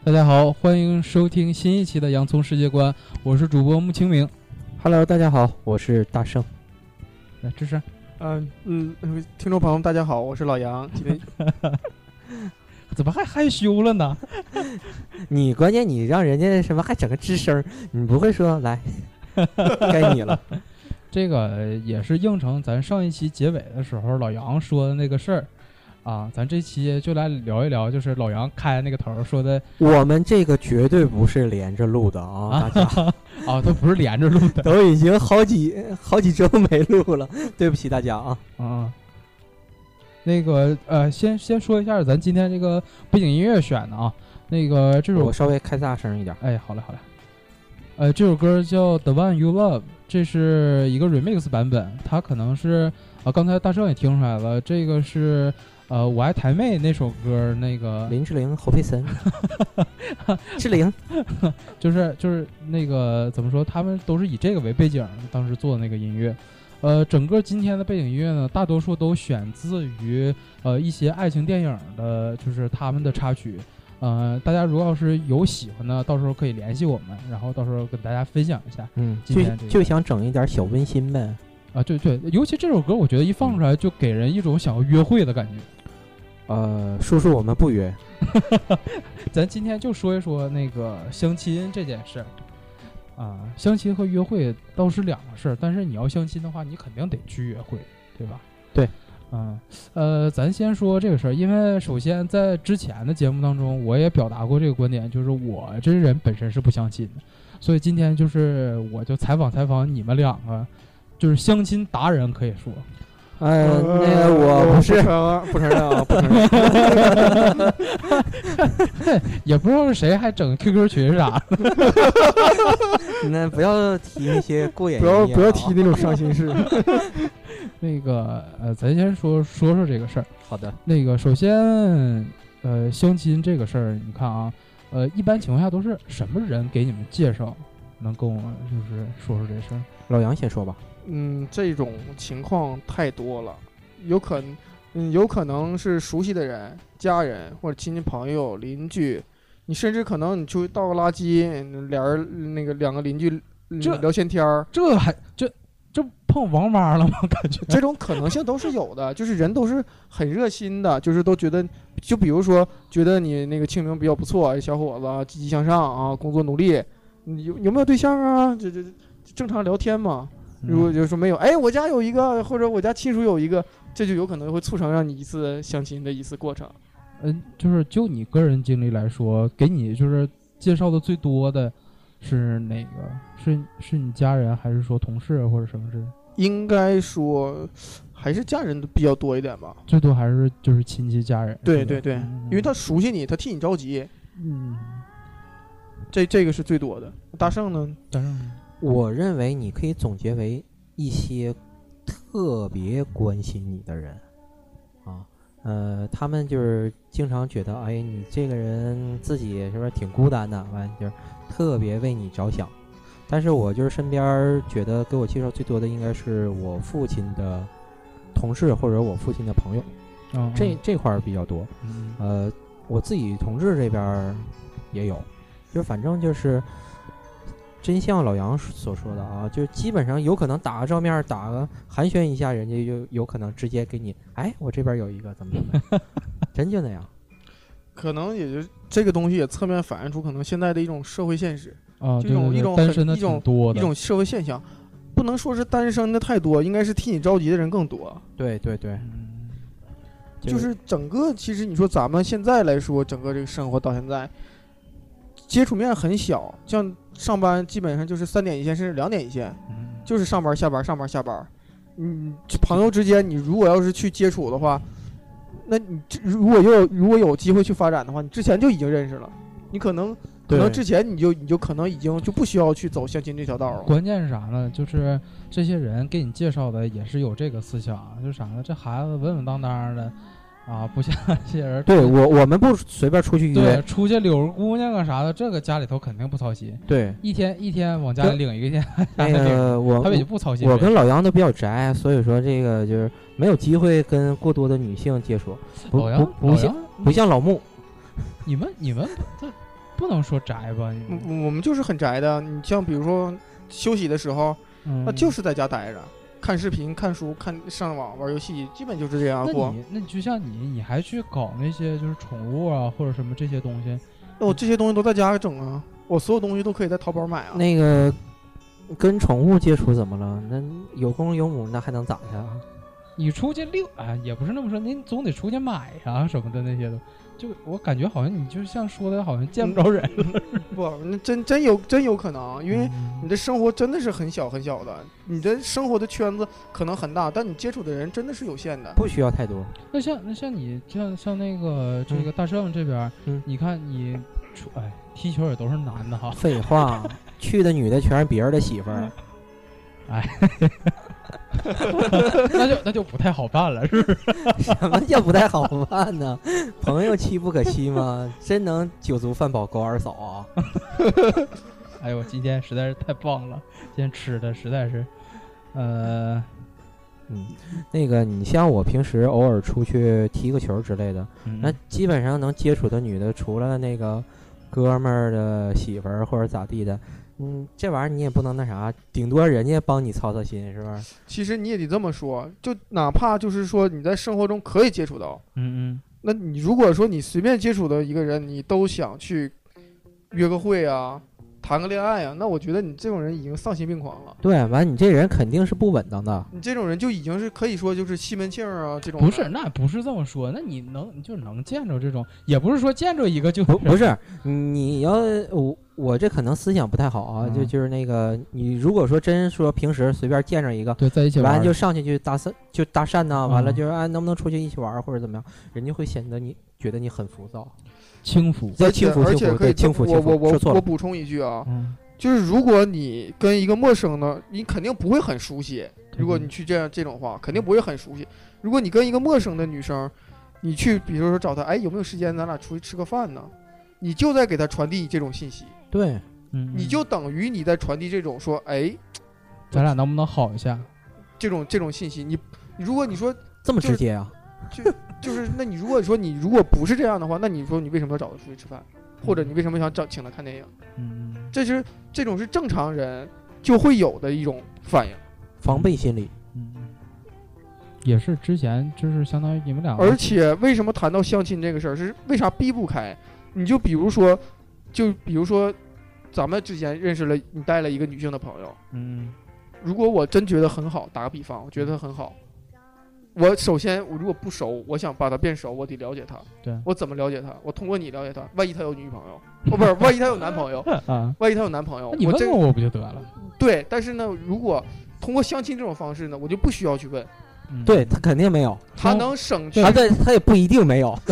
大家好，欢迎收听新一期的洋葱世界观，我是主播穆清明。 Hello， 大家好，我是大圣。 来，这是， 听众朋友们，大家好，我是老杨。今天怎么还害羞了呢？ 你关键你让人家什么还整个吱声，你不会说来，该你了。 这个也是应承咱上一期结尾的时候老杨说的那个事儿。啊，咱这期就来聊一聊，就是老杨开那个头说的。 我们这个绝对不是连着录的啊，大家啊，都不是连着录的， 都已经好几周没录了，对不起大家啊。 那个先说一下咱今天这个背景音乐选的啊，那个这首我稍微开大声一点。 哎，好嘞。这首歌叫 The One You Love， 这是一个 remix 版本，它可能是刚才大圣也听出来了，这个是我爱台妹那首歌，那个林志玲、侯佩岑志玲就是那个怎么说，他们都是以这个为背景当时做的那个音乐。整个今天的背景音乐呢，大多数都选自于一些爱情电影的，就是他们的插曲。大家如果要是有喜欢的，到时候可以联系我们，然后到时候跟大家分享一下。今天就想整一点小温馨呗。 啊，对，尤其这首歌，我觉得一放出来就给人一种想要约会的感觉。 叔叔，我们不约。 咱今天就说一说那个相亲这件事。相亲和约会都是两个事儿，但是你要相亲的话，你肯定得去约会，对吧？ 对。 咱先说这个事儿，因为首先在之前的节目当中，我也表达过这个观点，就是我这人本身是不相亲的，所以今天就是我就采访你们两个，就是相亲达人可以说。 那个我不是不承认啊，不承认。 也不知道是谁还整 QQ 群啥的。 那不要提那些过眼， 不要提那种伤心事。 那个咱先说这个事儿。 好的。 那个首先相亲这个事儿，你看啊，一般情况下都是什么人给你们介绍？能跟我就是说这事儿？ 老杨先说吧。 这种情况太多了，有可能是熟悉的人、家人或者亲戚朋友、邻居，你甚至可能你去倒个垃圾，两个邻居聊闲天儿， 这碰王妈了吗？感觉这种可能性都是有的，就是人都是很热心的，就是都觉得，就比如说觉得你那个清明比较不错，小伙子积极向上啊，工作努力，你有没有对象啊？这正常聊天嘛。如果就说没有，我家有一个，或者我家亲属有一个，这就有可能会促成让你一次相亲的一次过程。 就你个人经历来说，给你就是介绍的最多的是哪个？是你家人，还是说同事或者什么事？ 应该说还是家人比较多一点吧。 最多还是就是亲戚家人。 对，因为他熟悉你，他替你着急。这个是最多的。大圣呢？ 我认为你可以总结为一些特别关心你的人啊，他们就是经常觉得，你这个人自己是不是挺孤单的，完就是特别为你着想。但是我就是身边觉得给我介绍最多的应该是我父亲的同事或者我父亲的朋友，这块比较多。我自己同志这边也有，就是反正就是真像老杨所说的啊，就基本上有可能打个照面，打个寒暄一下，人家就有可能直接给你，我这边有一个怎么真就那样。 可能也就这个东西也侧面反映出可能现在的一种社会现实啊， 一种单身的挺多的一种社会现象，不能说是单身的太多，应该是替你着急的人更多。 对， 就是整个其实你说咱们现在来说，整个这个生活到现在接触面很小，像上班基本上就是3点一线，甚至2点一线，就是上班下班，上班下班。朋友之间，你如果要是去接触的话，那你如果有机会去发展的话，你之前就已经认识了，你可能之前你就可能已经就不需要去走相亲这条道了。 关键是啥呢？就是这些人给你介绍的也是有这个思想，就是啥呢？这孩子稳稳当当的。不像这些人。 对，我们不随便出去约， 对，出去溜个姑娘啊啥的，这个家里头肯定不操心。 对， 一天往家里领一个天，他们也不操心。 我跟老杨都比较宅，所以说这个就是没有机会跟过多的女性接触。不像老穆， 你们不能说宅吧， 我们就是很宅的。你像比如说休息的时候，那就是在家待着，看视频、看书、上网、玩游戏，基本就是这样过。 那你就像你还去搞那些就是宠物啊或者什么这些东西？ 那我这些东西都在家整啊，我所有东西都可以在淘宝买啊。 那个跟宠物接触怎么了？那有公有母，那还能咋的啊？ 你出去遛啊，也不是那么说，您总得出去买啊什么的那些的。就我感觉好像你就像说的，好像见不着人了。 不，那真有可能，因为你的生活真的是很小很小的，你的生活的圈子可能很大，但你接触的人真的是有限的， 不需要太多。 那像你像那个这个大圣这边，你看你踢球也都是男的哈。 废话，去的女的全是别人的媳妇儿。 哎。那就不太好办了，是不是？ 什么叫不太好办呢？朋友妻不可欺吗？真能酒足饭饱狗二嫂啊！ 哎呦，今天实在是太棒了，今天吃的实在是， 那个你像我平时偶尔出去踢个球之类的，那基本上能接触的女的，除了那个哥们儿的媳妇儿或者咋地的。这玩意儿你也不能那啥，顶多人家帮你操操心，是吧？ 其实你也得这么说，就哪怕就是说你在生活中可以接触到，那你如果说你随便接触的一个人，你都想去约个会啊，谈个恋爱啊，那我觉得你这种人已经丧心病狂了。 对，完你这人肯定是不稳当的。 你这种人就已经是可以说就是西门庆啊这种。 不是，那不是这么说，那你就能见着这种，也不是说见着一个就不是。你要我这可能思想不太好啊，就是那个你如果说真说平时随便见着一个， 对，在一起玩， 完就上去就搭讪呐，完了就是能不能出去一起玩或者怎么样，人家会显得你觉得你很浮躁。 轻浮， 而且可以轻浮。 我补充一句啊，就是如果你跟一个陌生的，你肯定不会很熟悉。如果你去这种话，肯定不会很熟悉。如果你跟一个陌生的女生，你去比如说找她，哎，有没有时间咱俩出去吃个饭呢？你就在给她传递这种信息。 对， 你就等于你在传递这种说，哎， 咱俩能不能好一下？ 这种信息，如果你说这么直接啊？ 就是那你如果不是这样的话，那你说你为什么要找他出去吃饭，或者你为什么想请他看电影？这种是正常人就会有的一种反应， 防备心理。 也是之前就是相当于你们俩。 而且为什么谈到相亲这个事儿，是为啥避不开？你就比如说咱们之前认识了，你带了一个女性的朋友，如果我真觉得很好，打个比方，我觉得她很好。我首先，我如果不熟，我想把她变熟，我得了解她。 对， 我怎么了解她？我通过你了解她。万一她有女朋友，不是，万一她有男朋友啊？万一她有男朋友， 你问问我不就得了？ 对，但是呢，如果通过相亲这种方式呢，我就不需要去问。 对，他肯定没有， 他能省去。 他也不一定没有，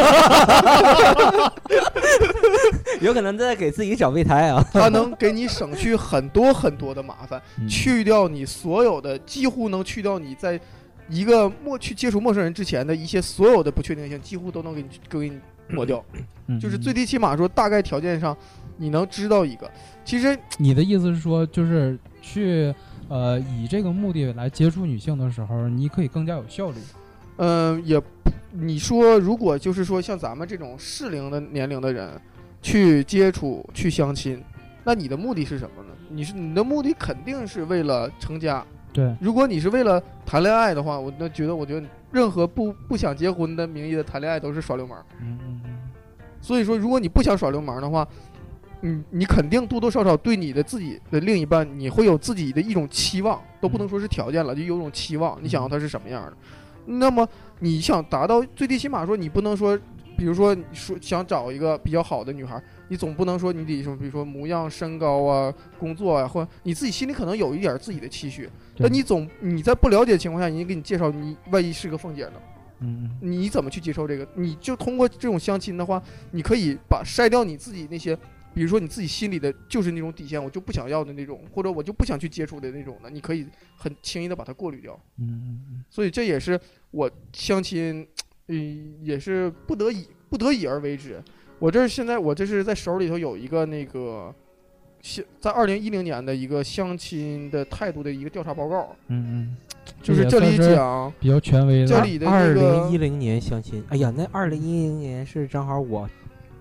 有可能在给自己找备胎啊。 他能给你省去很多很多的麻烦，去掉你所有的，几乎能去掉你在一个去接触陌生人之前的一些所有的不确定性，几乎都能给你抹掉。就是最低起码说，大概条件上你能知道一个。其实你的意思是说，就是去。以这个目的来接触女性的时候，你可以更加有效率。 你说如果就是说像咱们这种适龄的年龄的人去接触去相亲，那你的目的是什么呢？你的目的肯定是为了成家。 对， 如果你是为了谈恋爱的话，我觉得任何不想结婚的名义的谈恋爱都是耍流氓。所以说，如果你不想耍流氓的话，你肯定多多少少对你的自己的另一半，你会有自己的一种期望，都不能说是条件了，就有种期望，你想要他是什么样的。那么你想达到最低起码说，你不能说，比如说你说想找一个比较好的女孩，你总不能说你得说，比如说模样、身高啊、工作啊，或者你自己心里可能有一点自己的期许，但你在不了解的情况下，人家给你介绍，你万一是个凤姐呢？你怎么去接受这个？你就通过这种相亲的话，你可以筛掉你自己那些。比如说你自己心里的就是那种底线，我就不想要的那种，或者我就不想去接触的那种的，你可以很轻易的把它过滤掉。所以这也是我相亲，也是不得已而为之。我这是在手里头有一个那个，在2010年的一个相亲的态度的一个调查报告。就是这里讲比较权威的。 这里的那个 2010年相亲，哎呀，那2010年是正好我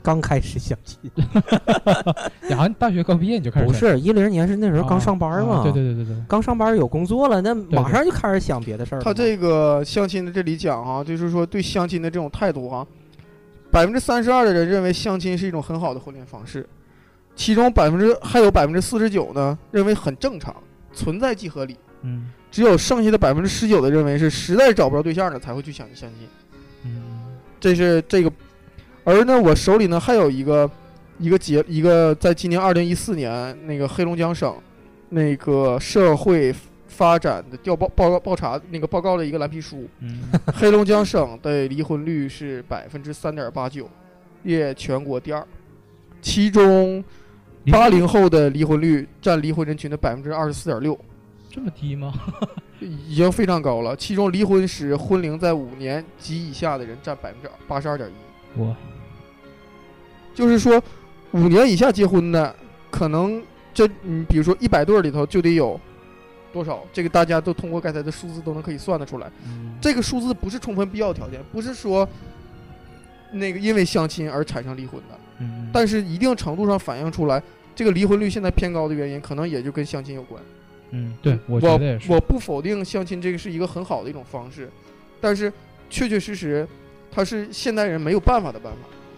刚开始相亲。 然后大学刚毕业你就开始不是10年是那时候刚上班嘛？ 对对对对对， 刚上班有工作了，那马上就开始想别的事儿了。 他这个相亲的这里讲哈，就是说对相亲的这种态度哈，32%的人认为相亲是一种很好的婚恋方式，其中还有49%呢认为很正常，存在即合理。只有剩下的19%的认为是实在找不着对象的才会去相亲。这是这个。而呢，我手里呢还有一个在今年2014年那个黑龙江省那个社会发展的报查那个报告的一个蓝皮书。黑龙江省的离婚率是3.89%，列全国第2，其中80后的离婚率占离婚人群的24.6%。 这么低吗？ 已经非常高了。其中离婚时婚龄在5年及以下的人占82.1%。 哇， 就是说5年以下结婚的，可能比如说100对里头就得有多少？这个大家都通过刚才的数字都能可以算得出来。这个数字不是充分必要条件，不是说那个因为相亲而产生离婚的。但是一定程度上反映出来，这个离婚率现在偏高的原因，可能也就跟相亲有关。 对，我觉得也是。 我不否定相亲这个是一个很好的一种方式，但是确确实实，它是现代人没有办法的办法。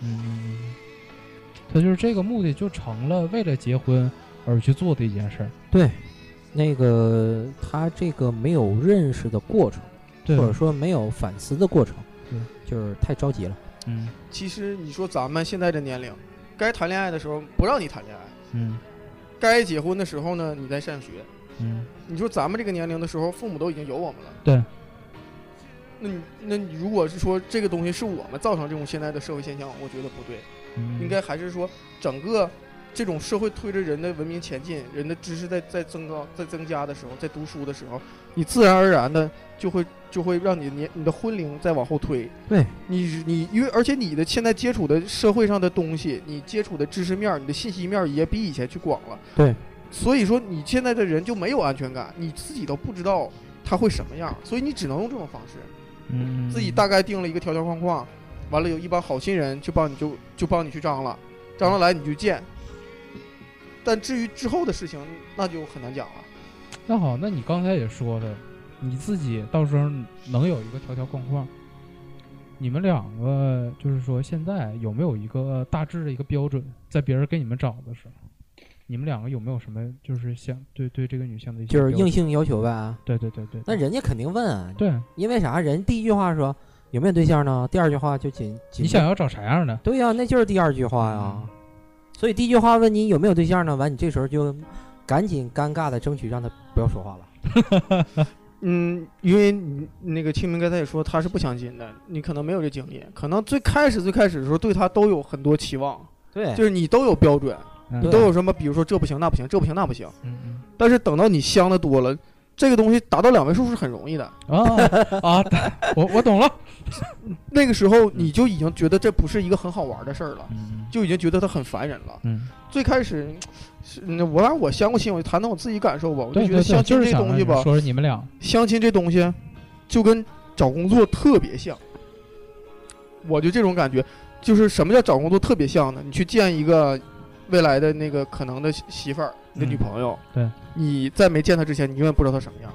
他就是这个目的就成了为了结婚而去做的一件事儿。 对，那个他这个没有认识的过程，或者说没有反思的过程，就是太着急了。 其实你说咱们现在的年龄，该谈恋爱的时候不让你谈恋爱，该结婚的时候呢你在上学。你说咱们这个年龄的时候，父母都已经有我们了。 对。 那你如果是说这个东西是我们造成这种现在的社会现象，我觉得不对。应该还是说整个这种社会推着人的文明前进，人的知识在增加的时候，在读书的时候，你自然而然的就会让你的婚龄再往后推。 对， 你因为而且你的现在接触的社会上的东西，你接触的知识面，你的信息面也比以前去广了。 对。 所以说你现在的人就没有安全感，你自己都不知道他会什么样，所以你只能用这种方式。自己大概定了一个条条框框，完了有一帮好心人就帮你去张了来你就见。但至于之后的事情，那就很难讲了。 那好，那你刚才也说了，你自己到时候能有一个条条框框。你们两个就是说现在有没有一个大致的一个标准，在别人给你们找的时候？你们两个有没有什么就是像对这个女性的一些就是硬性要求呗？ 对。 那人家肯定问啊。 对， 因为啥？人第一句话说有没有对象呢？第二句话就你想要找啥样的？ 对呀，那就是第二句话呀。所以第一句话问你有没有对象呢？完，你这时候就赶紧尴尬的争取让他不要说话了。 因为你那个清明刚才也说他是不相亲的，你可能没有这经历，可能最开始的时候对他都有很多期望。 对， 就是你都有标准。你都有什么？比如说这不行那不行，这不行那不行。但是等到你相的多了，这个东西达到2位数是很容易的。 我懂了。 那个时候你就已经觉得这不是一个很好玩的事儿了，就已经觉得它很烦人了。最开始我相过亲，我就谈谈我自己感受吧。我就觉得相亲这东西吧， 说你们俩相亲这东西就跟找工作特别像。我就这种感觉，就是什么叫找工作特别像呢？你去见一个未来的那个可能的媳妇儿，你的女朋友， 对， 你在没见她之前，你永远不知道她什么样。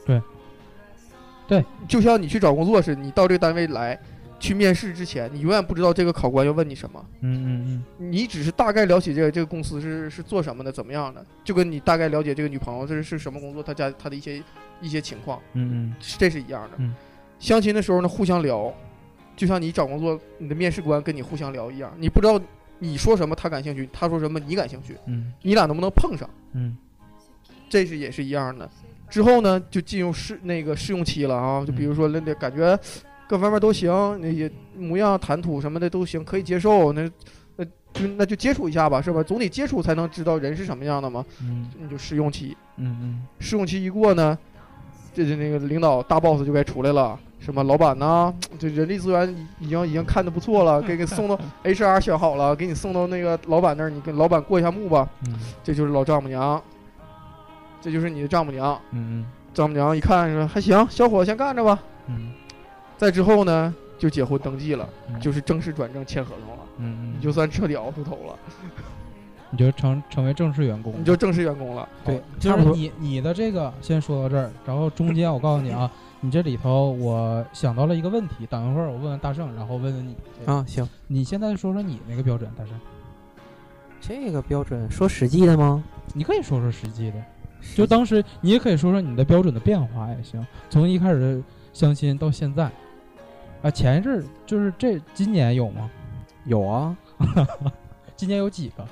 对， 就像你去找工作似的，你到这个单位来去面试之前，你永远不知道这个考官要问你什么。你只是大概了解这个公司是做什么的，怎么样的，就跟你大概了解这个女朋友是什么工作，她的一些情况，这是一样的。相亲的时候呢，互相聊，就像你找工作，你的面试官跟你互相聊一样，你不知道你说什么他感兴趣，他说什么你感兴趣，你俩能不能碰上？这也是一样的。之后呢，就进入试用期了啊，就比如说那感觉各方面都行，那些模样谈吐什么的都行，可以接受，那就接触一下吧，是吧？总得接触才能知道人是什么样的嘛。你就试用期，试用期一过呢，这那个领导大 boss 就该出来了。什么老板呢？这人力资源已经看得不错了，给送到 HR 选好了，给你送到那个老板那儿，你跟老板过一下目吧。这就是老丈母娘，这就是你的丈母娘。丈母娘一看说还行，小伙先干着吧。再之后呢， 就结婚登记了，就是正式转正签合同了，你就算彻底熬出头了， 你就成为正式员工， 你就正式员工了。 对，就是你的这个先说到这儿，然后中间我告诉你啊，你这里头我想到了一个问题，等一会儿我问问大圣，然后问问你啊。行， 你现在说说你那个标准，大圣。 这个标准说实际的吗？ 你可以说说实际的，就当时你也可以说说你的标准的变化也行，从一开始相亲到现在。啊，前一阵就是今年有吗？ 有啊。 今年有几个？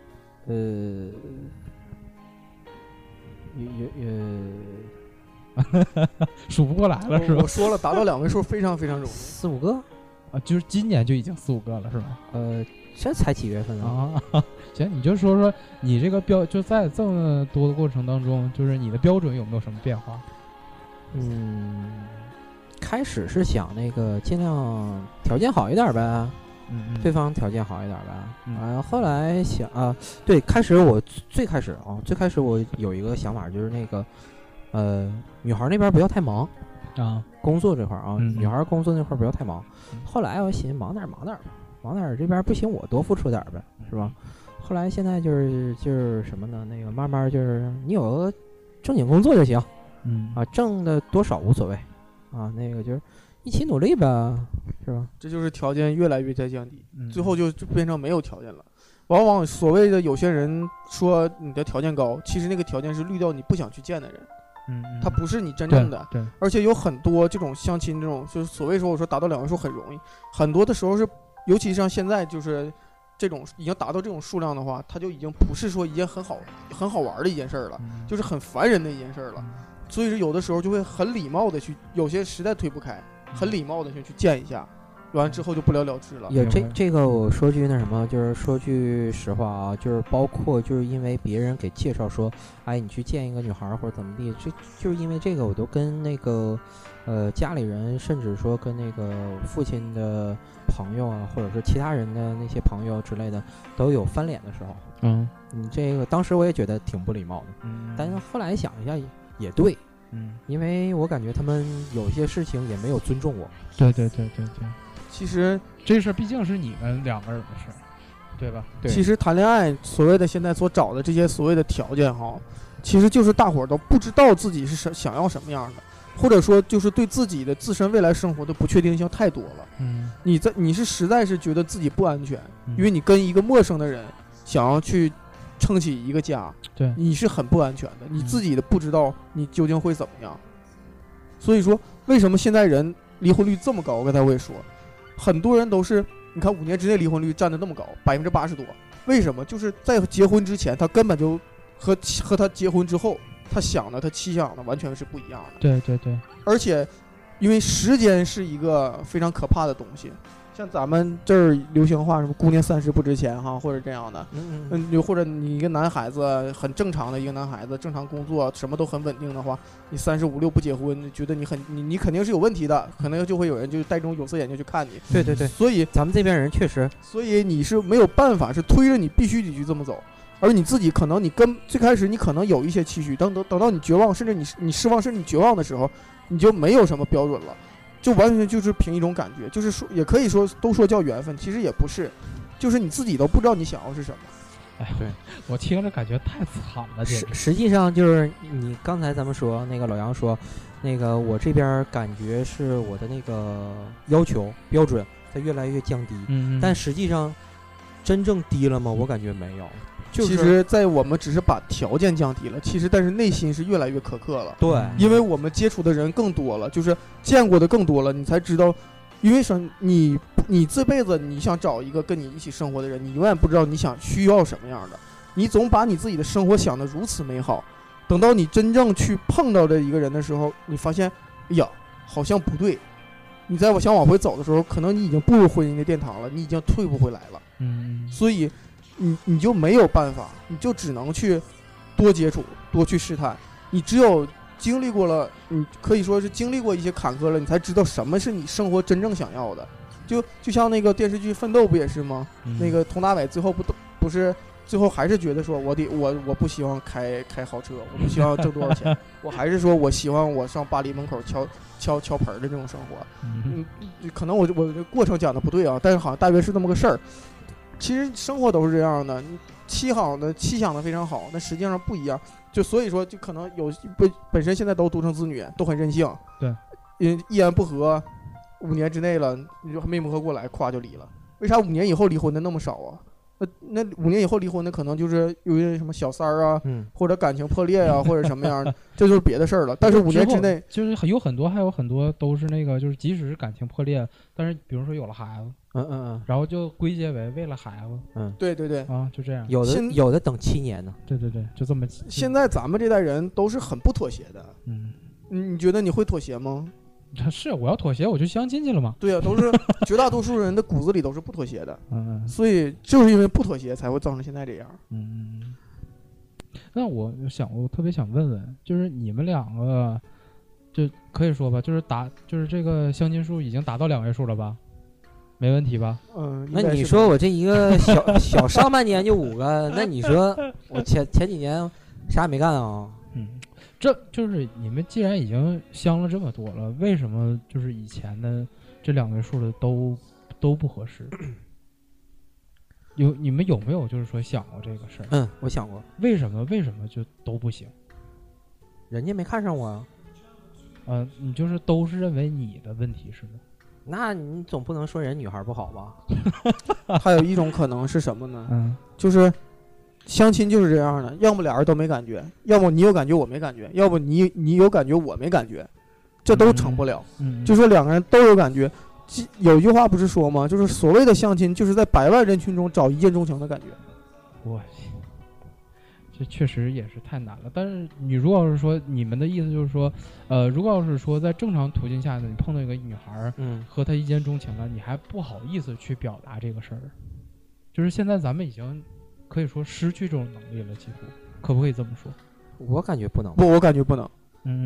数不过来了是吧？ 我说了，达到2位数非常非常容易 ，4、5个啊，就是今年就已经4、5个了是吗？ 这才几月份啊？行，你就说说你这个就在这么多的过程当中，就是你的标准有没有什么变化？ 开始是想那个尽量条件好一点呗，对方条件好一点呗，后来想啊，对，最开始我有一个想法，就是那个女孩那边不要太忙啊， 工作这块啊，女孩工作那块不要太忙。后来我寻思忙点吧，忙点这边不行，我多付出点呗，是吧？后来现在就是什么呢？那个慢慢就是你有个正经工作就行，挣的多少无所谓。啊，那个就是一起努力呗，是吧？ 这就是条件越来越在降低，最后就变成没有条件了。往往所谓的有些人说你的条件高，其实那个条件是滤掉你不想去见的人，他不是你真正的。 对， 而且有很多这种相亲这种，就是所谓说我说达到2位数很容易，很多的时候是，尤其像现在就是这种已经达到这种数量的话，它就已经不是说一件很好玩的一件事了，就是很烦人的一件事了。所以说有的时候就会很礼貌的去，有些实在推不开，很礼貌的去见一下，完了之后就不了了之了。 也这个我说句那什么，就是说句实话啊，就是包括就是因为别人给介绍说，哎，你去见一个女孩或者怎么地，就是因为这个我都跟那个家里人，甚至说跟那个父亲的朋友啊，或者是其他人的那些朋友之类的，都有翻脸的时候。你这个当时我也觉得挺不礼貌的，但是后来想一下也对，因为我感觉他们有些事情也没有尊重我。 对， 其实这事毕竟是你们2个人的事，对吧？对。 其实谈恋爱所谓的现在所找的这些所谓的条件哈，其实就是大伙儿都不知道自己是想要什么样的，或者说就是对自己的自身未来生活的不确定性太多了。你是实在是觉得自己不安全，因为你跟一个陌生的人想要去撑起一个家， 对， 你是很不安全的，你自己的不知道你究竟会怎么样。所以说为什么现在人离婚率这么高？刚才我也说，很多人都是你看5年之内离婚率占得那么高，80%多，为什么？就是在结婚之前他根本就和他结婚之后他想的他期想的完全是不一样的。 对，而且因为时间是一个非常可怕的东西，像咱们这儿流行话什么姑娘30不值钱哈，或者这样的，或者你一个男孩子很正常的一个男孩子，正常工作什么都很稳定的话，你35、6不结婚，觉得你肯定是有问题的，可能就会有人就戴这种有色眼镜去看你。 对， 所以咱们这边人确实， 所以你是没有办法，是推着你必须得去这么走，而你自己可能你跟最开始你可能有一些期许，等到你绝望，甚至你失望，甚至你绝望的时候，你就没有什么标准了。就完全就是凭一种感觉，就是说也可以说都说叫缘分，其实也不是，就是你自己都不知道你想要是什么。 哎，对，我听着感觉太惨了。 实际上就是你刚才咱们说那个老杨说，那个我这边感觉是我的那个要求标准在越来越降低，但实际上真正低了吗？我感觉没有。 其实在我们只是把条件降低了，但是内心是越来越苛刻了。 对， 因为我们接触的人更多了，就是见过的更多了，你才知道，因为什么？你这辈子你想找一个跟你一起生活的人，你永远不知道你需要什么样的，你总把你自己的生活想得如此美好，等到你真正去碰到这一个人的时候，你发现，哎呀，好像不对。你在想往回走的时候，可能你已经步入婚姻的殿堂了，你已经退不回来了。所以你就没有办法，你就只能去多接触，多去试探。你只有经历过了，你可以说是经历过一些坎坷了，你才知道什么是你生活真正想要的。就像那个电视剧《奋斗》不也是吗？那个佟大为最后不是最后还是觉得说我不希望开豪车，我不希望挣多少钱，我还是说我希望我上巴黎门口敲盆的这种生活。可能我这过程讲的不对啊，但是好像大约是这么个事儿。其实生活都是这样的，期想的非常好，但实际上不一样。就所以说，就可能本身现在都独生子女，都很任性。 对， 一言不合，5年之内了，你就还没磨合过来，咵就离了。为啥5年以后离婚的那么少啊？那5年以后离婚的可能就是由于什么小三儿啊，或者感情破裂啊，或者什么样的，这就是别的事儿了。但是5年之内， 就是还有很多都是那个，就是即使是感情破裂，但是比如说有了孩子，然后就归结为了孩子， 对啊，就这样。 有的等7年呢， 对，就这么。 现在咱们这代人都是很不妥协的，你觉得你会妥协吗？ 是，我要妥协我就相亲去了嘛。 对啊，都是绝大多数人的骨子里都是不妥协的，所以就是因为不妥协才会造成现在这样。 那我特别想问问，就是你们两个，就可以说吧，就是这个相亲数已经达到2位数了吧？没问题吧？ 那你说我这一个小上半年就5个，那你说我前几年啥也没干啊？ 这就是你们既然已经相了这么多了，为什么就是以前的这2位数的都不合适？你们有没有就是说想过这个事儿？ 我想过。 为什么就都不行？ 人家没看上我啊。 你就是都是认为你的问题是吗？ 那你总不能说人女孩不好吧？ 还有一种可能是什么呢？就是相亲就是这样的，要么俩人都没感觉，要么你有感觉我没感觉，要不你有感觉我没感觉，这都成不了。就说2个人都有感觉，有一句话不是说吗？就是所谓的相亲，就是在100万人群中找一见钟情的感觉。 我这确实也是太难了。但是你如果要是说你们的意思就是说，如果要是说在正常途径下呢，你碰到一个女孩，和她一见钟情了，你还不好意思去表达这个事儿，就是现在咱们已经可以说失去这种能力了，几乎，可不可以这么说？ 我感觉不能。 我感觉不能。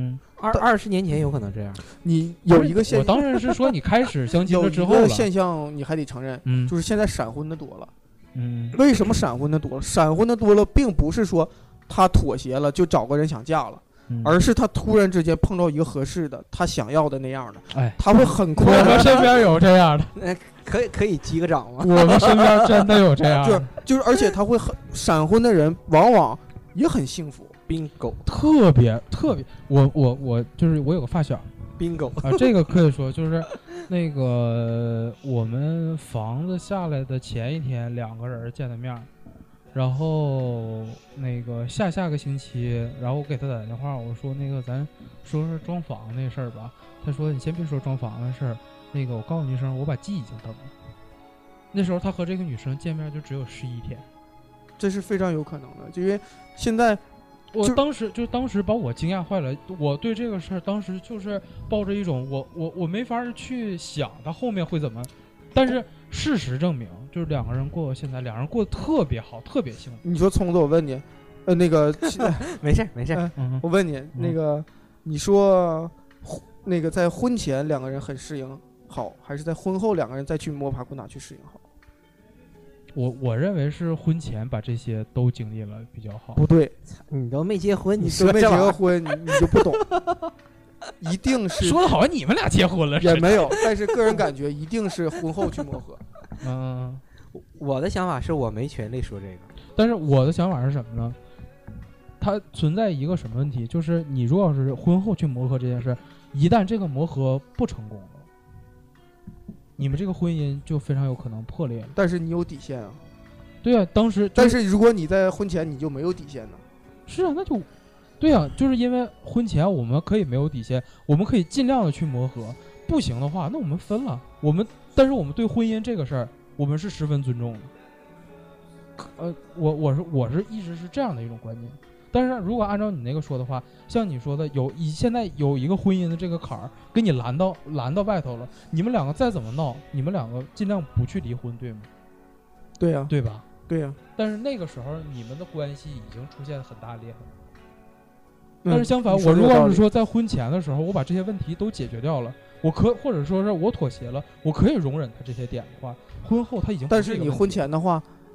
20年前有可能这样。 你有一个现象， 我当然是说你开始相亲了之后了。 有一个现象你还得承认，就是现在闪婚的多了。为什么闪婚的多了？闪婚的多了，并不是说他妥协了就找个人想嫁了，而是他突然之间碰到一个合适的，他想要的那样的，他会很快。 我们身边有这样的， 可以击个掌吗？ 我们身边真的有这样的， 就是，而且他会闪婚的人往往也很幸福。 bingo， 特别，我就是我有个发小。 bingo 这个可以说就是那个我们房子下来的前一天2个人见的面，然后那个下个星期，然后我给他打电话，我说那个咱说说装房那事儿吧。他说你先别说装房的事儿，那个我告诉你一声，我把记已经登了。那时候他和这个女生见面就只有11天， 这是非常有可能的，就因为现在。 我当时把我惊讶坏了，我对这个事儿当时就是抱着一种我没法去想他后面会怎么，但是事实证明就是2个人过现在2人过得特别好，特别幸福。 你说聪子，我问你，那个没事， 我问你，那个你说那个在婚前2个人很适应好，还是在婚后2个人再去摸爬滚打去适应好？ 我认为是婚前把这些都经历了比较好。 不对， 你都没结婚， 你都没结过婚，你就不懂。一定是说的好像你们俩结婚了， 也没有，但是个人感觉一定是婚后去磨合。 我的想法是我没权利说这个， 但是我的想法是什么呢？它存在一个什么问题，就是你如果是婚后去磨合这件事，一旦这个磨合不成功了，你们这个婚姻就非常有可能破裂了。 但是你有底线啊。 对啊，当时、 但是如果你在婚前你就没有底线呢？ 是啊，那就对啊，就是因为婚前我们可以没有底线，我们可以尽量的去磨合，不行的话那我们分了。但是我们对婚姻这个事儿我们是十分尊重的。我是一直是这样的一种观念。但是如果按照你那个说的话，像你说的现在有一个婚姻的这个坎儿给你拦到外头了，你们2个再怎么闹，你们2个尽量不去离婚，对吗？ 对呀， 对吧？ 对呀。 但是那个时候你们的关系已经出现很大裂痕。但是相反，我如果要是说在婚前的时候我把这些问题都解决掉了，或者说是我妥协了，我可以容忍他这些点的话，婚后他已经不是。 但是你婚前的话，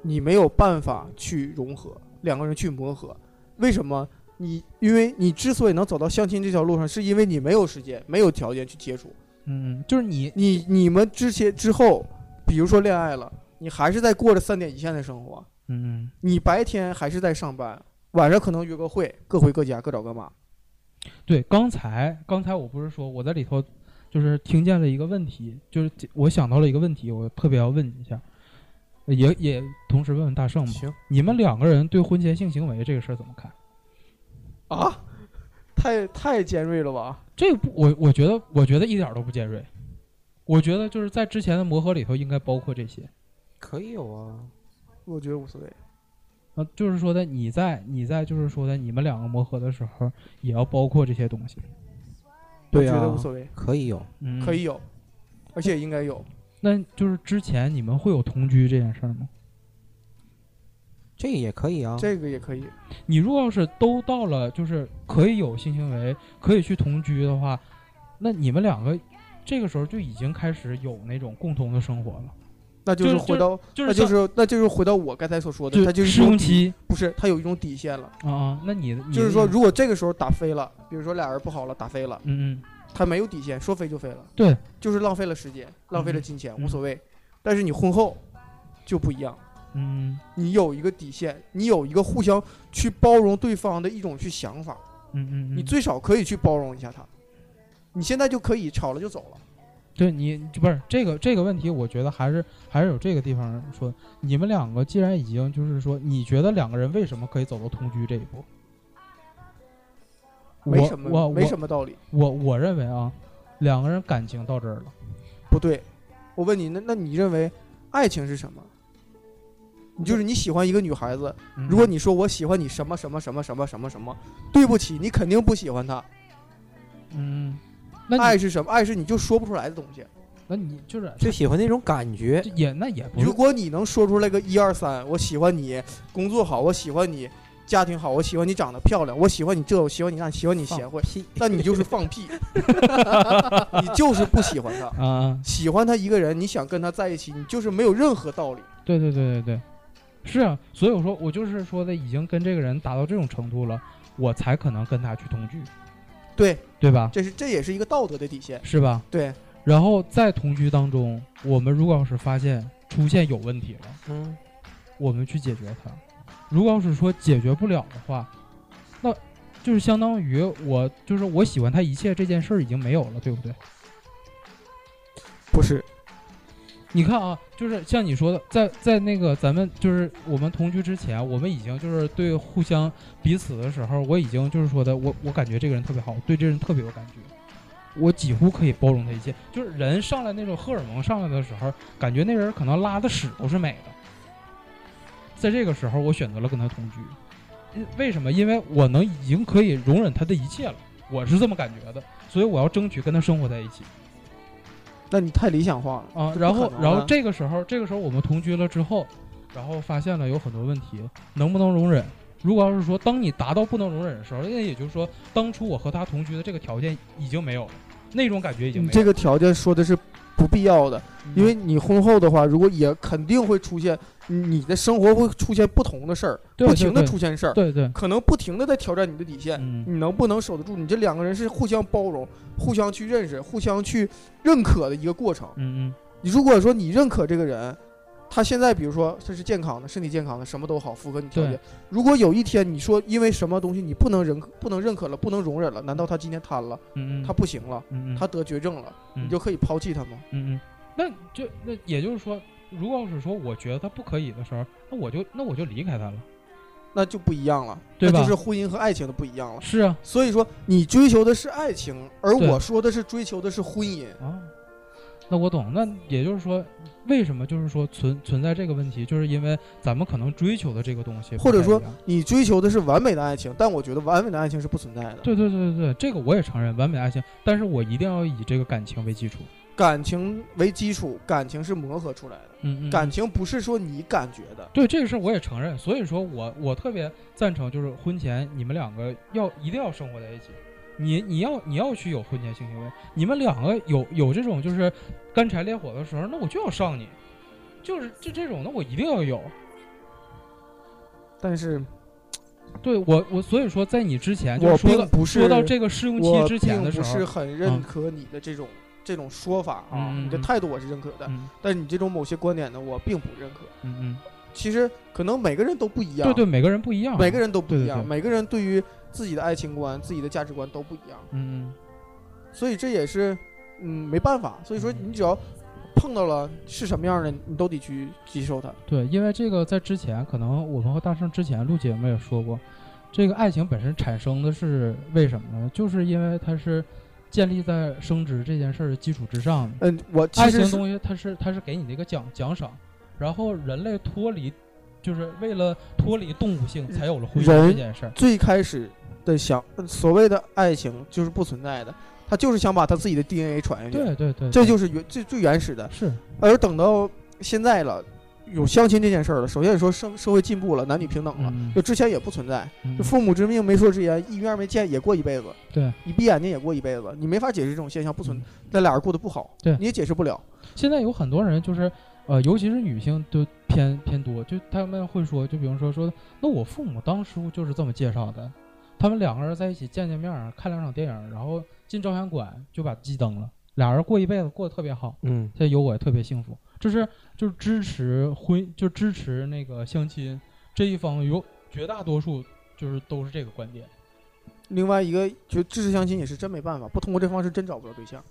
你没有办法去融合，两个人去磨合。为什么？因为你之所以能走到相亲这条路上，是因为你没有时间、没有条件去接触。 就是你们之后，比如说恋爱了，你还是在过着3点一线的生活。你白天还是在上班，晚上可能约个会，各回各家，各找各妈。 对，刚才我不是说我在里头就是听见了一个问题，就是我想到了一个问题，我特别要问一下，也同时问问大圣吧。 行， 你们2个人对婚前性行为这个事儿怎么看？ 啊，太尖锐了吧？ 这个不，我觉得一点都不尖锐。我觉得就是在之前的磨合里头应该包括这些。 可以有啊， 我觉得无所谓。 就是说的你在就是说的你们2个磨合的时候也要包括这些东西。 对啊， 我觉得无所谓， 可以有， 可以有，而且应该有。 那就是之前你们会有同居这件事吗？ 这个也可以啊， 这个也可以。 你如果要是都到了就是可以有性行为，可以去同居的话，那你们2个这个时候就已经开始有那种共同的生活了。 那就是回到，那就是回到我刚才所说的，它就是试用期， 不是，它有一种底线了啊。那你就是说，如果这个时候打飞了，比如说俩人不好了，打飞了，他没有底线，说飞就飞了， 对， 就是浪费了时间，浪费了金钱，无所谓。但是你婚后就不一样，你有一个底线，你有一个互相去包容对方的一种去想法，你最少可以去包容一下他，你现在就可以吵了就走了。 对，你不是这个问题，我觉得还是有这个地方说，你们2个既然已经就是说，你觉得2个人为什么可以走到同居这一步？ 没什么道理。 我认为啊，2个人感情到这儿了。 不对，我问你，那你认为爱情是什么？就是你喜欢一个女孩子，如果你说我喜欢你什么什么什么什么什么什么，对不起，你肯定不喜欢她。那爱是什么？爱是你就说不出来的东西。 那你就喜欢那种感觉， 也不是。 如果你能说出来个1、2、3，我喜欢你工作好，我喜欢你家庭好，我喜欢你长得漂亮，我喜欢你这，我喜欢你那，喜欢你贤惠，那你就是放屁，你就是不喜欢他啊。喜欢他一个人，你想跟他在一起，你就是没有任何道理。 对，是啊，所以我就是说的，已经跟这个人达到这种程度了，我才可能跟他去同居。对吧？ 这也是一个道德的底线， 是吧？ 对。 然后在同居当中，我们如果要是发现出现有问题了，我们去解决它。如果要是说解决不了的话，那就是相当于我喜欢他一切这件事儿已经没有了，对不对？ 不是。 你看啊，就是像你说的，在那个咱们就是我们同居之前，我们已经就是对互相彼此的时候，我已经就是说的，我感觉这个人特别好，对这人特别有感觉，我几乎可以包容他一切。就是人上来那种荷尔蒙上来的时候，感觉那人可能拉的屎都是美的。在这个时候，我选择了跟他同居，为什么？因为我已经可以容忍他的一切了，我是这么感觉的，所以我要争取跟他生活在一起。 那你太理想化了啊！ 然后这个时候我们同居了之后，然后发现了有很多问题，能不能容忍？如果要是说当你达到不能容忍的时候，那也就是说当初我和他同居的这个条件已经没有了，那种感觉已经没有了。 这个条件说的是不必要的，因为你婚后的话，如果也肯定会出现你的生活会出现不同的事儿，不停的出现事儿， 对， 可能不停的在挑战你的底线，你能不能守得住？你这2个人是互相包容、互相去认识、互相去认可的一个过程。你如果说你认可这个人，他现在比如说他是健康的，身体健康的，什么都好，符合你条件。如果有一天你说因为什么东西你不能认可了，不能容忍了，难道他今天瘫了？他不行了，他得绝症了，你就可以抛弃他吗？ 那也就是说，如果要是说我觉得他不可以的时候，那我就离开他了， 那就不一样了， 对吧？ 那就是婚姻和爱情的不一样了。 是啊， 所以说你追求的是爱情，而我说的是追求的是婚姻啊。那我懂，那也就是说，为什么就是说存在这个问题，就是因为咱们可能追求的这个东西， 或者说你追求的是完美的爱情，但我觉得完美的爱情是不存在的。 对，这个我也承认完美的爱情，但是我一定要以这个感情为基础。 感情为基础，感情是磨合出来的。感情不是说你感觉的。 对，这个事我也承认，所以说我特别赞成，就是婚前你们2个一定要生活在一起。你要去有婚前性行为，你们2个有这种就是干柴烈火的时候，那我就要上你，就是这种的我一定要有。 但是对我所以说，在你之前就我是并不是说到这个试用期我之前的时候， 并不是很认可你的这种说法啊，你的态度我是认可的，但是你这种某些观点呢，我并不认可。其实可能每个人都不一样， 对，每个人不一样， 每个人都不一样， 对每个人对于自己的爱情观、自己的价值观都不一样。所以这也是没办法。所以说你只要碰到了是什么样的，你都得去接受它。 对，因为这个在之前，可能我们和大圣之前录节目也说过，这个爱情本身产生的是为什么呢？就是因为它是建立在生殖这件事的基础之上的。 我爱情东西它是给你的一个奖赏，然后人类就是为了脱离动物性，才有了婚姻这件事。 最开始的所谓的爱情就是不存在的。他就是想把他自己的 DNA 传下去， 对， 这就是最原始的。 是， 而等到现在了，有相亲这件事儿了，首先说社会进步了，男女平等了，就之前也不存在，就父母之命媒妁之言，一面没见也过一辈子， 对， 你闭眼睛也过一辈子，你没法解释这种现象不存在，那俩人过得不好， 对， 你也解释不了。 现在有很多人就是尤其是女性都偏多，就他们会说，就比如说那我父母当初就是这么介绍的，他们两个人在一起见面，看2场电影，然后进照相馆就把机登了，俩人过一辈子过得特别好，现在有我也特别幸福。就是支持那个相亲这一方，有绝大多数都是这个观点。 另外一个就支持相亲也是真没办法，不通过这方式真找不到对象。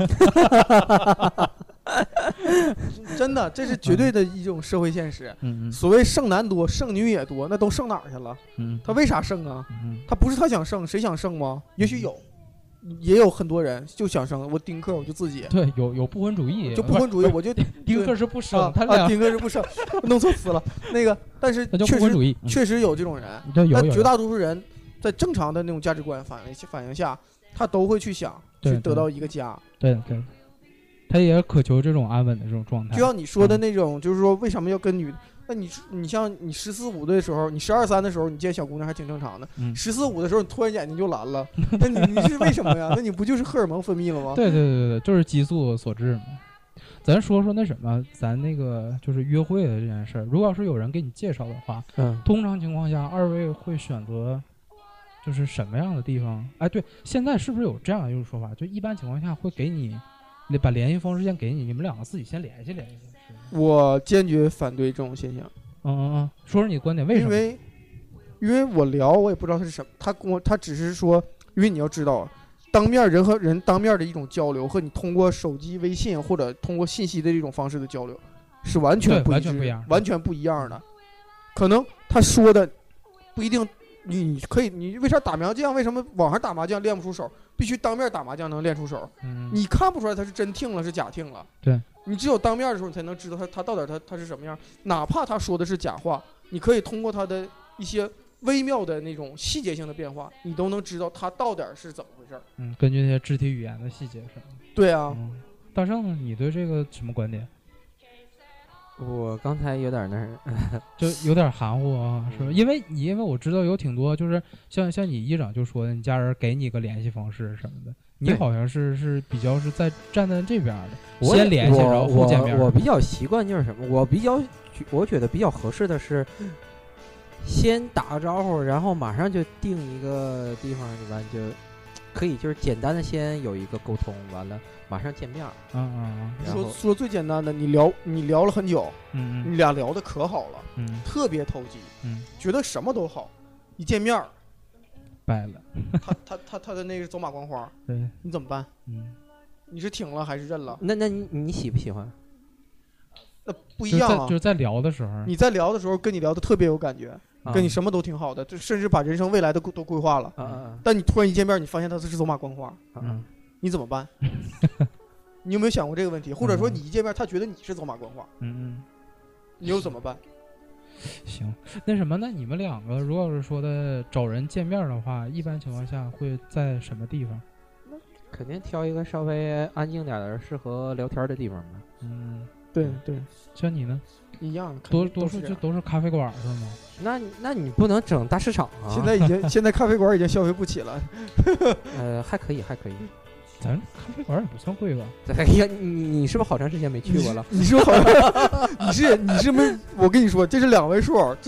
真的，这是绝对的一种社会现实。所谓剩男多，剩女也多，那都剩哪儿去了？他为啥剩啊？他不是他想剩，谁想剩吗？也许有，也有很多人就想生，我丁克我就自己。 对，有不婚主义， 就不婚主义，我就丁克是不生，他俩丁克是不生，弄错词了。那个，但是确实有这种人，但绝大多数人在正常的那种价值观反应下，他都会去想去得到一个家。 对，他也渴求这种安稳的这种状态。 就像你说的那种，就是说为什么要跟女？那你像你14、15的时候，你12、13的时候，你见小姑娘还挺正常的。14、15的时候，你突然眼睛就蓝了，那你是为什么呀？那你不就是荷尔蒙分泌了吗？ 对，就是激素所致嘛。咱说那什么，咱那个就是约会的这件事儿，如果要是有人给你介绍的话，通常情况下，二位会选择就是什么样的地方？哎，对，现在是不是有这样一种说法？就一般情况下会给你把联系方式先给你，你们两个自己先联系。 我坚决反对这种现象。 说说你的观点，为什么？ 因为我聊，我也不知道他是什么，他只是说，因为你要知道，当面人和人当面的一种交流，和你通过手机、微信或者通过信息的这种方式的交流，是完全不一样的。可能他说的不一定，你为啥打麻将？为什么网上打麻将练不出手？必须当面打麻将能练出手。你看不出来他是真听了是假听了。 对。 你只有当面的时候，你才能知道他到底他是什么样。哪怕他说的是假话，你可以通过他的一些微妙的那种细节性的变化，你都能知道他到底是怎么回事。 根据那些肢体语言的细节是吧？ 对啊。 大圣呢？你对这个什么观点？ 我刚才有点就有点含糊啊，是吧？因为我知道有挺多，就是像你医长就说你家人给你个联系方式什么的。你好像是比较是站在这边的，先联系然后后见面。 我比较习惯就是什么，我觉得比较合适的是，先打个招呼，然后马上就定一个地方，完就可以就是简单的先有一个沟通，完了马上见面。 说最简单的，你聊了很久，你俩聊的可好了，特别投机，觉得什么都好，一见面。 败了， 他的那个走马观花， 对， 你怎么办？你是挺了还是认了？ 那你喜不喜欢？ 那不一样啊， 就是在聊的时候， 你在聊的时候跟你聊的特别有感觉，跟你什么都挺好的，就甚至把人生未来都规划了。但你突然一见面，你发现他是走马观花，你怎么办？你有没有想过这个问题？或者说你一见面，他觉得你是走马观花，你又怎么办？ 行，那什么呢？你们两个如果是说的找人见面的话，一般情况下会在什么地方？ 肯定挑一个稍微安静点的、适合聊天的地方吧。 对， 像你呢？ 一样， 多数就都是咖啡馆是吗？ 那你不能整大市场啊！ 现在咖啡馆已经消费不起了。 还可以。 咱咖啡馆也不算贵吧？ 哎呀，你是不是好长时间没去过了？ 你说好像你是不是？我跟你说，这是2位数，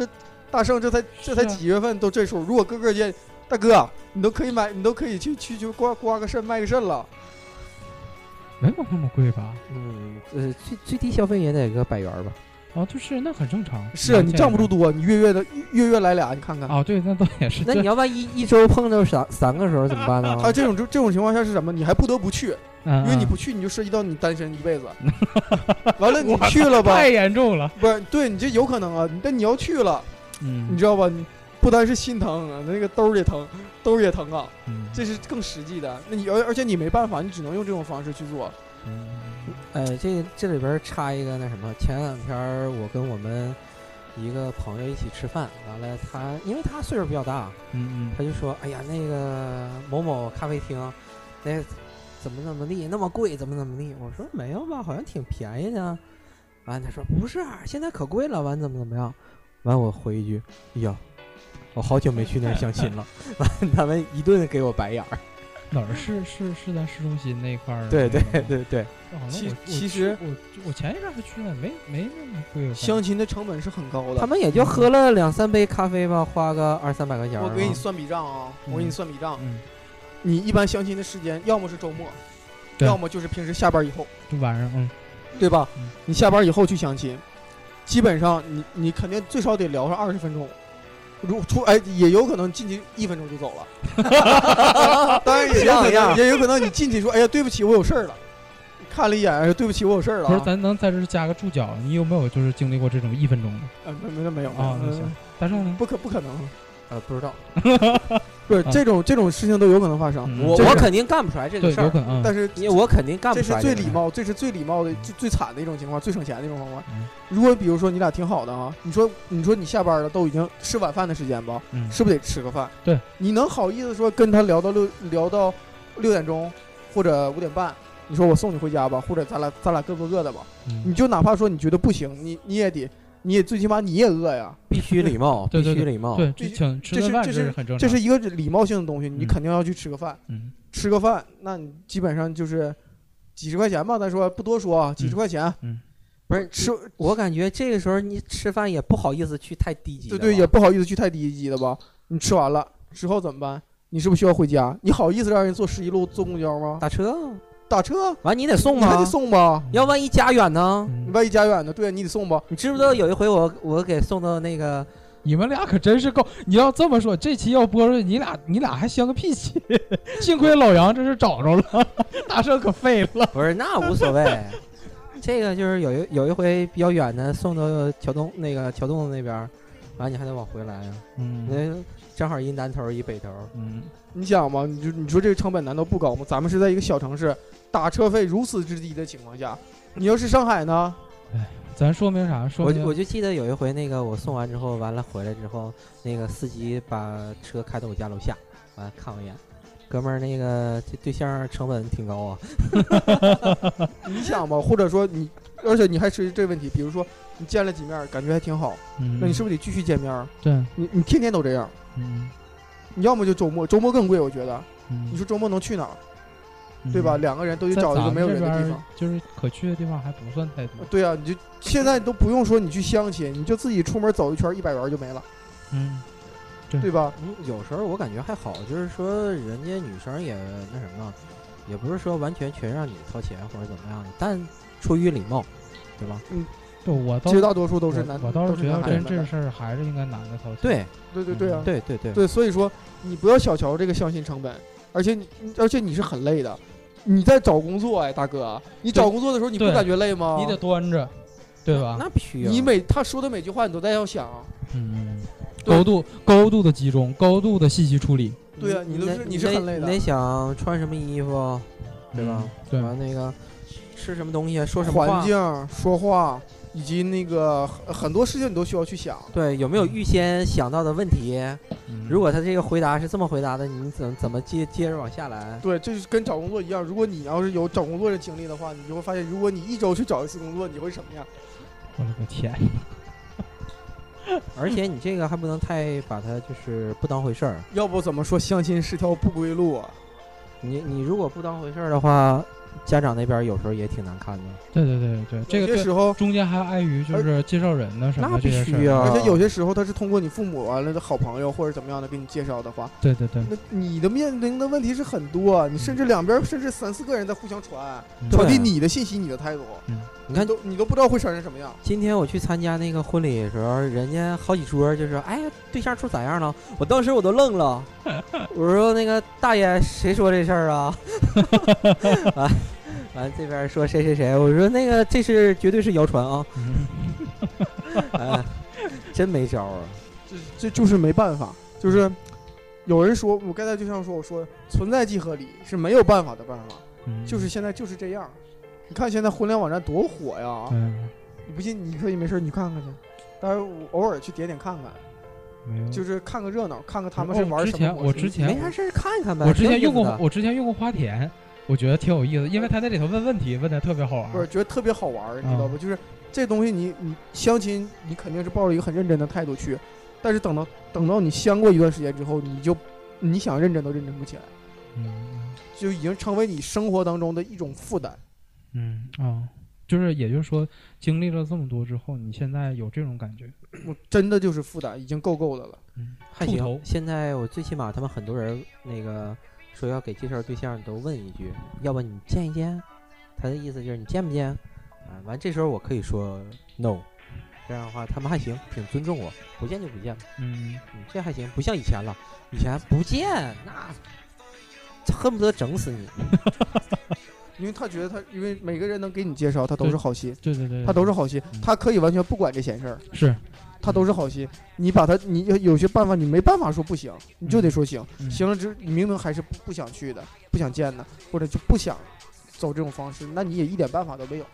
大圣这才几月份都这数，如果个个见大哥，你都可以买，你都可以去刮个肾卖个肾了。 没有那么贵吧？ 最低消费也得个100元吧。 哦，就是那很正常。 是你账不住多，你月来俩，你看看。 哦，对，那倒也是。 那你要万一周碰到3个时候怎么办呢？ 啊，这种情况下是什么？你还不得不去，因为你不去，你就涉及到你单身一辈子。完了，你去了吧？ 太严重了。 不是，对你这有可能啊，但你要去了，你知道吧？你不单是心疼啊，那个兜也疼啊，这是更实际的。那你而且你没办法，你只能用这种方式去做。 这里边插一个那什么，前2天我跟我们一个朋友一起吃饭，完了因为他岁数比较大，他就说，哎呀，那个某某咖啡厅，那怎么地那么贵，怎么地？我说没有吧，好像挺便宜的。完他说不是，现在可贵了。完怎么样？完我回一句，哎呀，我好久没去那儿相亲了。完他们一顿给我白眼儿。 哪儿是在市中心那块儿？ 对。 其实我前一阵还去了，没那么贵。 相亲的成本是很高的， 他们也就喝了2-3杯咖啡吧，花个200-300块钱。 我给你算笔账啊，你一般相亲的时间，要么是周末，要么就是平时下班以后， 就晚上， 对吧？你下班以后去相亲，基本上你肯定最少得聊上20分钟。也有可能进去1分钟就走了，当然也有可能你进去说，哎呀，对不起，我有事儿了，看了一眼，哎，对不起，我有事儿了。 不是，咱能在这加个注脚，你有没有就是经历过这种1分钟的？ 没有啊，那行，大圣呢？ 不可能， 不知道， 不是这种事情都有可能发生。 我肯定干不出来这个事儿， 但是我肯定干不出来。 这是最礼貌的、最惨的一种情况，最省钱的一种方法。如果比如说你俩挺好的啊，你说你下班了，都已经吃晚饭的时间吧，是不是得吃个饭？ 对， 你能好意思说跟他聊到6点钟或者5点半？你说我送你回家吧，或者咱俩各做各的吧。你就哪怕说你觉得不行，你也最起码你也饿呀， 必须礼貌， 必须礼貌。 对，请吃顿饭这是很正常， 这是一个礼貌性的东西，你肯定要去吃个饭。吃个饭，那你基本上就是几十块钱吧，咱说不多说，几十块钱。 不是吃，我感觉这个时候你吃饭也不好意思去太低级的。 对，也不好意思去太低级的吧。你吃完了之后怎么办？你是不是需要回家？你好意思让人坐11路坐公交吗？打车完你得送吗？ 你还得送吧？ 要万一家远呢？ 你万一家远呢？对，你得送吧？ 你知不知道有一回我给送到那个， 你们俩可真是够！你要这么说，这期要播出去，你俩还相个屁气！幸亏老杨这是找着了，大圣可废了。 不是，那无所谓。这个就是有一回比较远的，送到桥洞那边，完你还得往回来呀。正好一南头一北头。 你想嘛，你说这个成本难道不高吗？咱们是在一个小城市，打车费如此之低的情况下，你要是上海呢？ 咱说明啥？ 我就记得有一回，那个我送完之后，完了回来之后，那个司机把车开到我家楼下，完了看我一眼，哥们儿，那个对象成本挺高啊。 你想吧，或者说而且你还涉及这个问题，比如说你见了几面，感觉还挺好，那你是不是得继续见面？ 对， 你天天都这样，你要么就周末更贵，我觉得。你说周末能去哪儿？对吧？两个人都去找一个没有人的地方， 就是可去的地方还不算太多。 对啊，你就现在都不用说你去相亲，你就自己出门走一圈，100元就没了。对吧？ 有时候我感觉还好，就是说人家女生也那什么，也不是说完全让你掏钱或者怎么样的，但出于礼貌，对吧？ 绝大多数都是男。 我倒是觉得这事儿还是应该男的掏钱。 对啊， 对， 所以说你不要小瞧这个相亲成本，而且你是很累的。你在找工作，哎，大哥，你找工作的时候你不感觉累吗？ 你得端着，对吧？ 那必须啊！ 他说的每句话你都在要想。 高度的集中，高度的细细处理。 对啊，你是很累的。 你得想穿什么衣服，对吧？ 对吧？那个吃什么东西，说什么话， 环境、说话，以及那个很多事情你都需要去想。 对，有没有预先想到的问题？如果他这个回答是这么回答的，你怎么接着往下来？ 对，这就是跟找工作一样。如果你要是有找工作的经历的话，你就会发现，如果你1周去找一次工作，你会什么样？ 我的个天！ 而且你这个还不能太把它就是不当回事儿， 要不怎么说相亲是条不归路啊？ 你如果不当回事儿的话， 家长那边有时候也挺难看的。 对对对对，这个有些时候中间还碍于就是介绍人的什么那这些事儿。 必须啊而且有些时候他是通过你父母完了的好朋友或者怎么样的给你介绍的话， 对对对， 那你的面临的问题是很多，你甚至两边甚至3、4个人在互相传嗯传递你的信息、你的态度， 你看你都不知道会产生什么样。 今天我去参加那个婚礼的时候，人家好几桌就说：“哎呀，对象处咋样了？”我当时我都愣了，我说：“那个大爷，谁说这事儿啊？”完这边说谁谁谁，我说那个这是绝对是谣传啊，真没招啊。 这就是没办法，就是有人说，我刚才就像说，我说存在即合理是没有办法的办法，就是现在就是这样。你看现在婚恋网站多火呀！你不信，你可以没事你看看去。当然，我偶尔去点看看， 没有， 就是看个热闹，看看他们是玩什么。 我之前没啥事看一看呗。 我之前用过花田，我觉得挺有意思，因为他在里头问问题，问的特别好玩。 不是，觉得特别好玩，你知道不？就是这东西你相亲，你肯定是抱着一个很认真的态度去，但是等到你相过一段时间之后，你想认真都认真不起来，就已经成为你生活当中的一种负担。 就是也就是说，经历了这么多之后，你现在有这种感觉？ 我真的就是负担，已经够的了。 还行。现在我最起码他们很多人那个说要给介绍对象，都问一句：“要不你见一见？”他的意思就是你见不见？完这时候我可以说 no， 这样的话他们还行，挺尊重我，不见就不见。这还行，不像以前了，以前不见那恨不得整死你。 因为他觉得因为每个人能给你介绍，他都是好心， 对， 他都是好心，他可以完全不管这闲事儿， 是， 他都是好心。你有些办法，你没办法说不行，你就得说行，行了之后你明明还是不想去的，不想见的，或者就不想走这种方式，那你也一点办法都没有。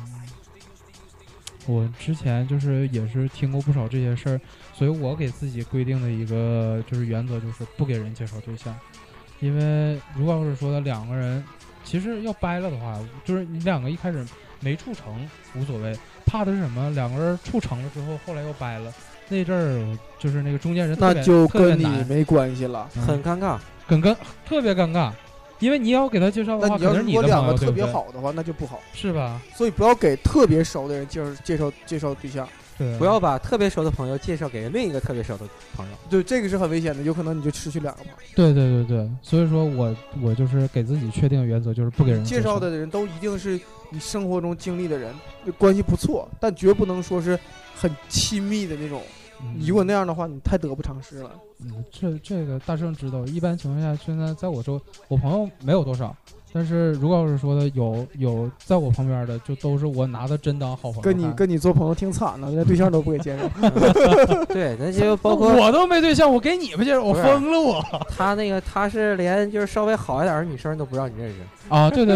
我之前就是也是听过不少这些事儿，所以我给自己规定的一个就是原则就是不给人介绍对象，因为如果要是说的两个人。其实要掰了的话，就是你两个一开始没处成无所谓，怕的是什么？两个人处成了之后，后来又掰了，那阵儿就是那个中间人那就跟你没关系了， 很尴尬， 特别尴尬，因为你要给他介绍的话， 那你要是如果两个特别好的话，那就不好， 是吧？ 所以不要给特别熟的人介绍对象。 对， 不要把特别熟的朋友介绍给另一个特别熟的朋友。 对，这个是很危险的，有可能你就失去2个朋友。 对，所以说我就是给自己确定的原则，就是不给人介绍的人都一定是你生活中经历的人，关系不错，但绝不能说是很亲密的那种。如果那样的话，你太得不偿失了。 这个大圣知道，一般情况下，现在在我周，我朋友没有多少。但是如果要是说的有在我旁边的，就都是我拿的真当好朋友。跟你做朋友挺惨的，连对象都不给介绍。 对，那就包括我都没对象，我给你们介绍，我疯了我。 他是连就是稍微好一点的女生都不让你认识啊！对，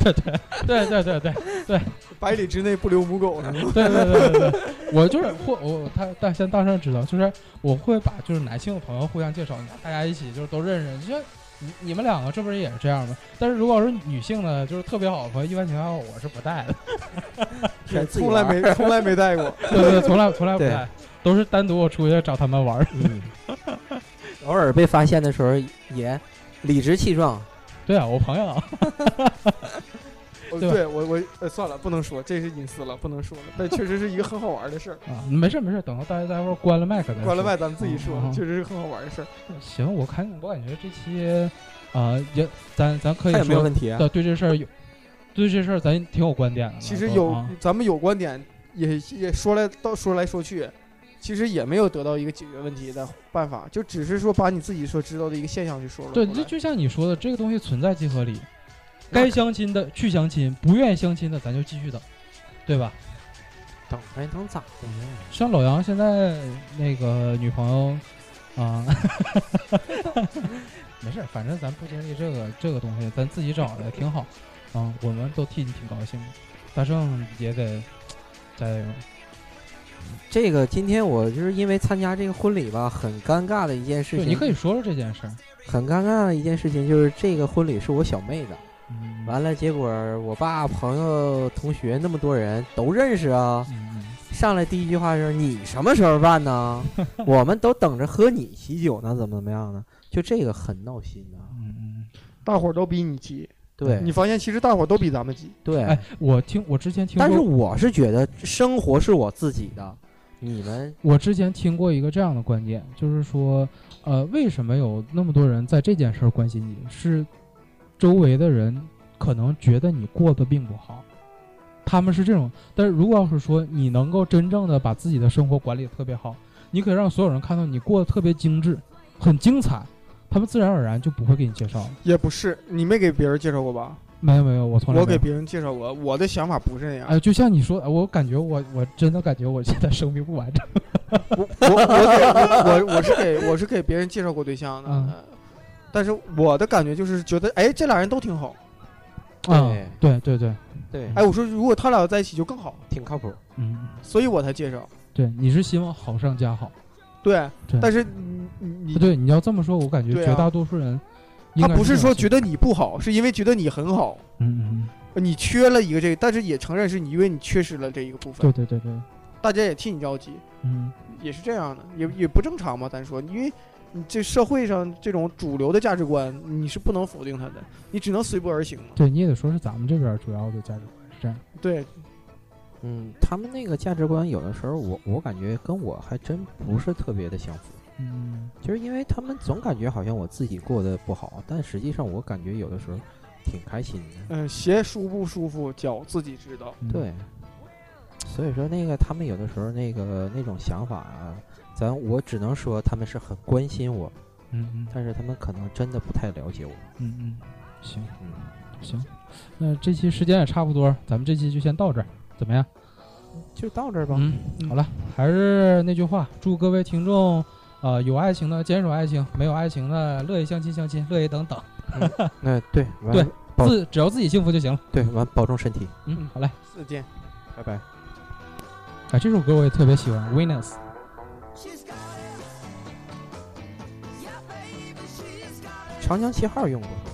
百里之内不留母狗是吗？ 对，我就是但先大圣知道，就是我会把就是男性的朋友互相介绍，大家一起就是都认识，就。你们两个这不是也是这样吗？但是如果是女性呢，就是特别好的朋友，一般情况下我是不带的，从来没带过， 对，从来不带，都是单独我出去找他们玩。 偶尔被发现的时候也理直气壮。 对啊，我朋友。 对我算了，不能说，这是隐私了，不能说了。但确实是一个很好玩的事儿啊。没事，等到待会儿关了麦可能。 关了麦咱们自己说，确实是很好玩的事儿。 行，我感觉这期也咱可以说没有问题啊。 对这事儿咱挺有观点的。 其实咱们有观点，也说来说去，其实也没有得到一个解决问题的办法，就只是说把你自己所知道的一个现象去说了。 对，就像你说的，这个东西存在即合理。该相亲的去相亲，不愿意相亲的咱就继续等，对吧？ 等还能咋的？ 像老杨现在那个女朋友啊，没事，反正咱不经历这个东西，咱自己找的挺好啊，我们都替你挺高兴的。大圣也得加油。 这个今天我就是因为参加这个婚礼吧，很尴尬的一件事情。 你可以说说这件事。 很尴尬的一件事情就是这个婚礼是我小妹的。完了，结果我爸朋友同学那么多人都认识啊。上来第一句话是：“你什么时候办呢？我们都等着喝你喜酒呢，怎么样呢？”就这个很闹心啊。 大伙儿都比你急。 对你发现其实大伙都比咱们急。 对， 哎，我之前听过， 但是我是觉得生活是我自己的，你们我之前听过一个这样的观点，就是说，为什么有那么多人在这件事儿关心你？是周围的人可能觉得你过得并不好，他们是这种。但是如果要是说你能够真正的把自己的生活管理得特别好，你可以让所有人看到你过得特别精致、很精彩，他们自然而然就不会给你介绍了。 也不是，你没给别人介绍过吧？ 没有，我从来没有。 我给别人介绍过，我的想法不是那样。 哎，就像你说，我感觉我真的感觉我现在生命不完整。 我是给别人介绍过对象的，但是我的感觉就是觉得，哎，这俩人都挺好。 对。 哎，我说如果他俩在一起就更好， 挺靠谱。 所以我才介绍。 对，你是希望好上加好。 对，但是你要这么说，我感觉绝大多数人， 他不是说觉得你不好，是因为觉得你很好。你缺了一个这个，但是也承认是你因为你缺失了这一个部分。 对， 大家也替你着急。也是这样的，也不正常嘛。咱说，因为你这社会上这种主流的价值观，你是不能否定它的，你只能随波而行嘛。 对，你也得说是咱们这边主要的价值观是这样。 对。 他们那个价值观有的时候我感觉跟我还真不是特别的相符。就是因为他们总感觉好像我自己过得不好，但实际上我感觉有的时候挺开心的。 鞋舒不舒服，脚自己知道。 对。所以说那个他们有的时候那种想法啊，我只能说他们是很关心我。但是他们可能真的不太了解我。 行，那这期时间也差不多，咱们这期就先到这儿。怎么样？ 就到这儿吧。 好了，还是那句话，祝各位听众，有爱情的坚守爱情，没有爱情的乐意相亲，乐意等等。 对， 只要自己幸福就行了。 对，保重身体。 好嘞， 再见， 拜拜。 哎，这首歌我也特别喜欢 ，Venus。 长江7号用过。